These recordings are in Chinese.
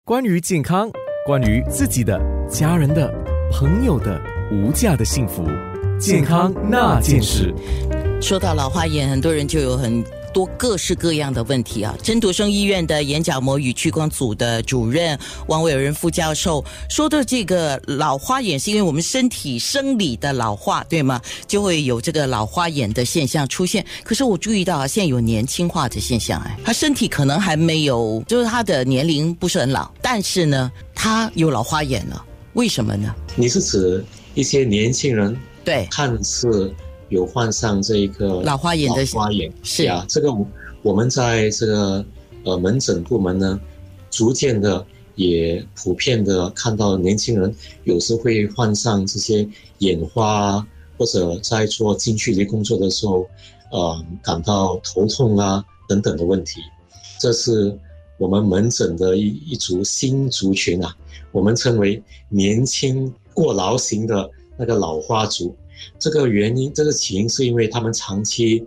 关于健康，关于自己的、家人的、朋友的无价的幸福，健康那件事。 说到老花眼，很多人就有很多各式各样的问题啊。真笃生医院的眼角膜与屈光组的主任王伟仁副教授说的，这个老花眼是因为我们身体生理的老化，对吗？就会有这个老花眼的现象出现。可是我注意到啊，现在有年轻化的现象，他身体可能还没有，就是他的年龄不是很老，但是呢，他有老花眼了，为什么呢？ 你是指一些年轻人对， 看似有患上这个老花眼的是啊，这个我们在这个门诊部门呢，逐渐的也普遍的看到年轻人有时会患上这些眼花，或者在做近距离工作的时候，感到头痛啊等等的问题。这是我们门诊的一组新族群啊，我们称为年轻过劳型的那个老花族。这个原因，这个起因是因为他们长期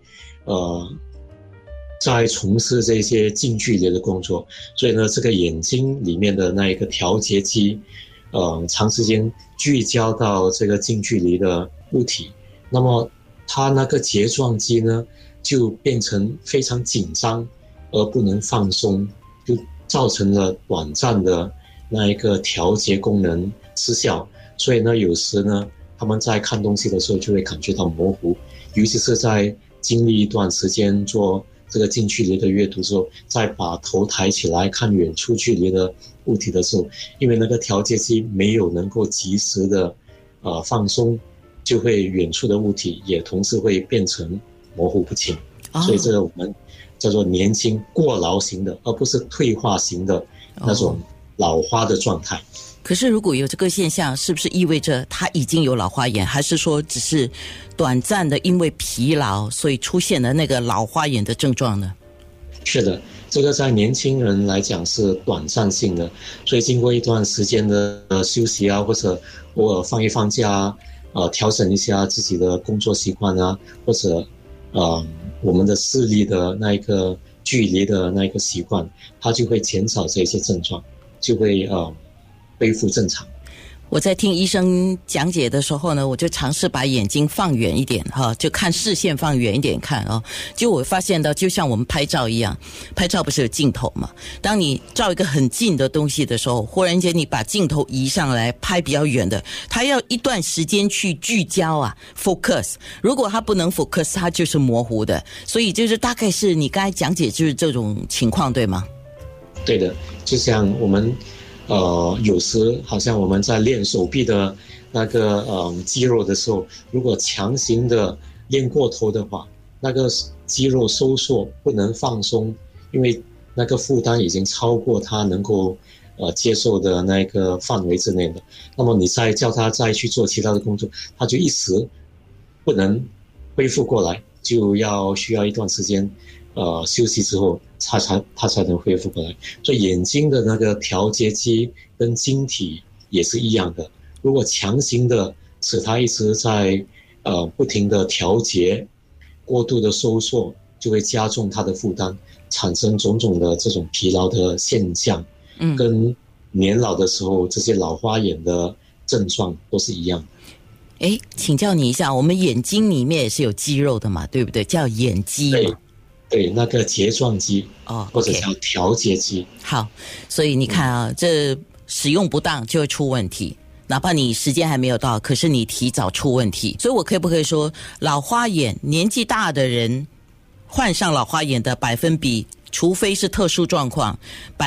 在从事这些近距离的工作，所以呢，这个眼睛里面的那一个调节肌长时间聚焦到这个近距离的物体，那么它那个睫状肌呢就变成非常紧张而不能放松，就造成了短暂的那一个调节功能失效。所以呢，有时呢他们在看东西的时候就会感觉到模糊，尤其是在经历一段时间做这个近距离的阅读之后，再把头抬起来看远处距离的物体的时候，因为那个调节肌没有能够及时的放松，就会远处的物体也同时会变成模糊不清。所以这个我们叫做年轻过劳型的，而不是退化型的那种老花的状态。 可是如果有这个现象，是不是意味着他已经有老花眼，还是说只是短暂的因为疲劳所以出现了那个老花眼的症状呢？ 是的，这个在年轻人来讲是短暂性的，所以经过一段时间的休息啊，或者偶尔放一放假啊，调整一下自己的工作习惯啊，或者我们的视力的那一个距离的那一个习惯，它就会减少这些症状，就会恢复正常。 我在听医生讲解的时候呢，我就尝试把眼睛放远一点就看视线放远一点看就我发现到就像我们拍照一样，拍照不是有镜头嘛，当你照一个很近的东西的时候，忽然间你把镜头移上来拍比较远的，它要一段时间去聚焦focus， 如果它不能 focus， 它就是模糊的。所以就是大概是你刚才讲解就是这种情况，对吗？ 对的，就像我们有时好像我们在练手臂的那个肌肉的时候，如果强行的练过头的话，那个肌肉收缩不能放松，因为那个负担已经超过它能够接受的那个范围之内的。那么你再叫他再去做其他的工作，他就一时不能恢复过来，就需要一段时间休息之后他才能恢复过来。所以眼睛的那个调节肌跟晶体也是一样的，如果强行的使它一直在不停的调节，过度的收缩就会加重它的负担，产生种种的这种疲劳的现象，跟年老的时候这些老花眼的症状都是一样的。 请教你一下，我们眼睛里面也是有肌肉的嘛，对不对？叫眼肌嘛。 对，那个睫状肌或者叫调节肌。 好，所以你看这使用不当就会出问题，哪怕你时间还没有到，可是你提早出问题。所以我可不可以说，老花眼年纪大的人患上老花眼的百分比，除非是特殊状况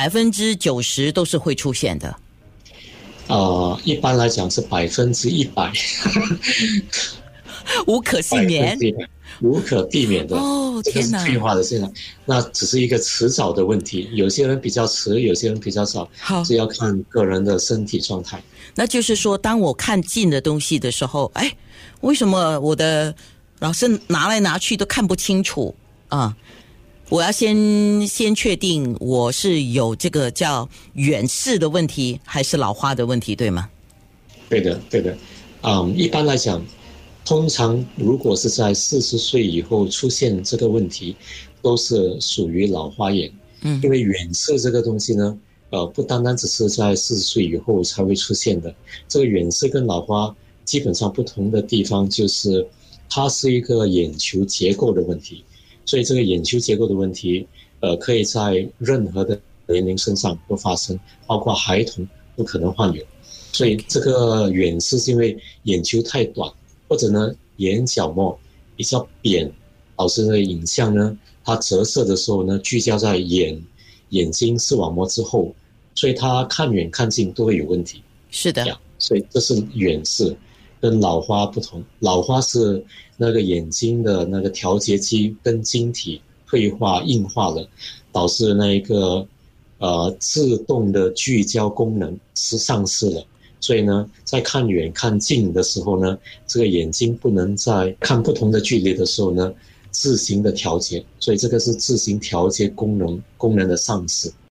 ，90%都是会出现的。 一般来讲是100%， 无可幸免， 无可避免的。 天哪， 这个是退化的现象，那只是一个迟早的问题。有些人比较迟，有些人比较早，这要看个人的身体状态。 那就是说，当我看近的东西的时候，为什么我的老是拿来拿去都看不清楚啊？我要先确定我是有这个叫远视的问题，还是老花的问题，对吗？ 对的。一般来讲，通常如果是在40岁以后出现这个问题，都是属于老花眼。因为远视这个东西呢， 不单单只是在40岁以后才会出现的。这个远视跟老花基本上不同的地方就是它是一个眼球结构的问题，所以这个眼球结构的问题可以在任何的年龄身上都发生，包括孩童都可能患有。所以这个远视是因为眼球太短，或者呢眼角膜比较扁，导致那个影像呢它折射的时候呢聚焦在眼睛视网膜之后，所以它看远看近都会有问题。 是的， 所以这是远视，跟老花不同。老花是那个眼睛的那个调节肌跟晶体退化硬化了，导致那一个自动的聚焦功能是丧失了。所以呢，在看远看近的时候呢，这个眼睛不能在看不同的距离的时候呢自行的调节，所以这个是自行调节功能的丧失。